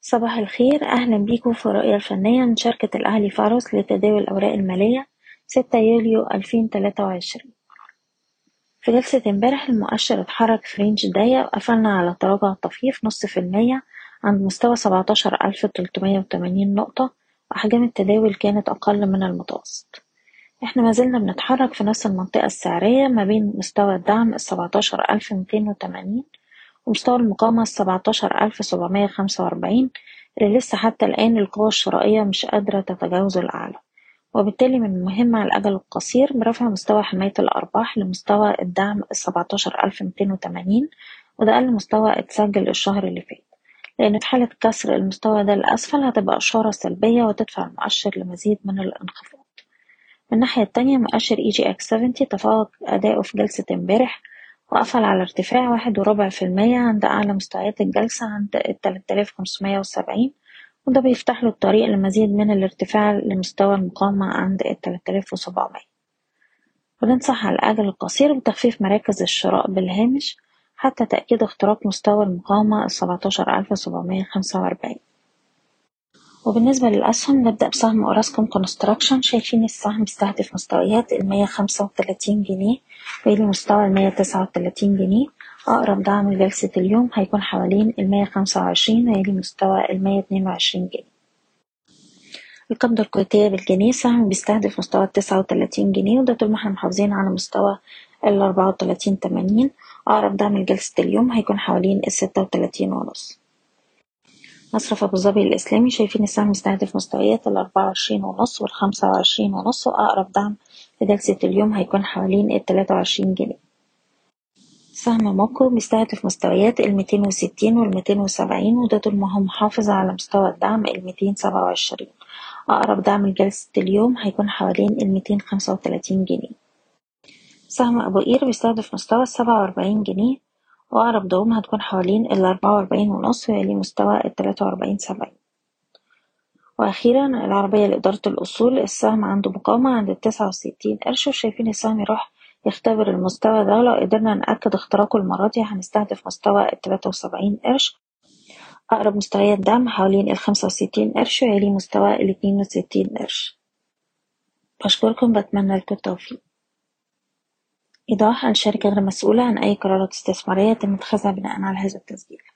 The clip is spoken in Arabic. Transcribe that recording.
صباح الخير، أهلا بيكم في الرؤية الفنية من شركة الأهلي فارس لتداول الأوراق المالية 6 يوليو 2023. في جلسة امبارح المؤشر اتحرك في رينج ضيق وقفلنا على تراجع طفيف 0.5% عند مستوى 17,380 نقطة، وأحجام التداول كانت أقل من المتوسط. احنا مازلنا بنتحرك في نفس المنطقة السعرية ما بين مستوى الدعم 17,280 ومستوى المقاومة 17,745 اللي لسه حتى الآن القوى الشرائية مش قادرة تتجاوزه الأعلى، وبالتالي من المهم على الأجل القصير برفع مستوى حماية الأرباح لمستوى الدعم 17,280، وده أقل مستوى اتسجل الشهر اللي فات، لأن في حالة كسر المستوى ده لأسفل هتبقى إشارة سلبية وتدفع المؤشر لمزيد من الانخفاض. من الناحية التانية مؤشر EGX70 تفوق أداؤه في جلسة امبارح وقفل على ارتفاع 1.25% عند أعلى مستويات الجلسة عند 3570، وده بيفتح له الطريق لمزيد من الارتفاع لمستوى المقاومة عند 3700. وننصح على الأجل القصير بتخفيف مراكز الشراء بالهامش حتى تأكيد اختراق مستوى المقاومة 17745. وبالنسبة للأسهم نبدأ بسهم أوراسكوم كونستراكشن. شايفين السهم بيستهدف مستويات 135 جنيه ويلي مستوى 139 جنيه. أقرب دعم لجلسة اليوم هيكون حوالين 125 ويلي مستوى 122 جنيه. القبضة الكويتية بالجنيه سهم بيستهدف مستوى 39 جنيه، وده طول ما احنا محافظين على مستوى 34.80. أقرب دعم لجلسة اليوم هيكون حوالين 36.5. مصرف أبو ظبي الإسلامي شايفين السهم مستهدف مستويات 24.5 وال25.5، وأقرب دعم لجلسة اليوم هيكون حوالين 23 جنيه. سهم موكو بيستهدف مستويات 260 وال270، وده طول ما هو محافظ على مستوى الدعم 227. أقرب دعم لجلسة اليوم هيكون حوالين 235 جنيه. سهم أبو قير بيستهدف مستوى 47 جنيه، وأقرب دعوم هتكون حوالين 44.5 ويلي مستوى 43.70. وأخيرا العربية لإدارة الأصول السهم عنده مقاومة عند 69 قرش، وشايفين السهم يروح يختبر المستوى ده. لو قدرنا نأكد اختراقه المرة دي هنستهدف مستوى 73 قرش. أقرب مستويات دعم حوالين 65 قرش ويلي مستوى 62 قرش. بشكركم، بتمنى لكم التوفيق. إيضاح: الشركة غير مسؤولة عن أي قرارات استثمارية تم اتخاذها بناء على هذا التسجيل.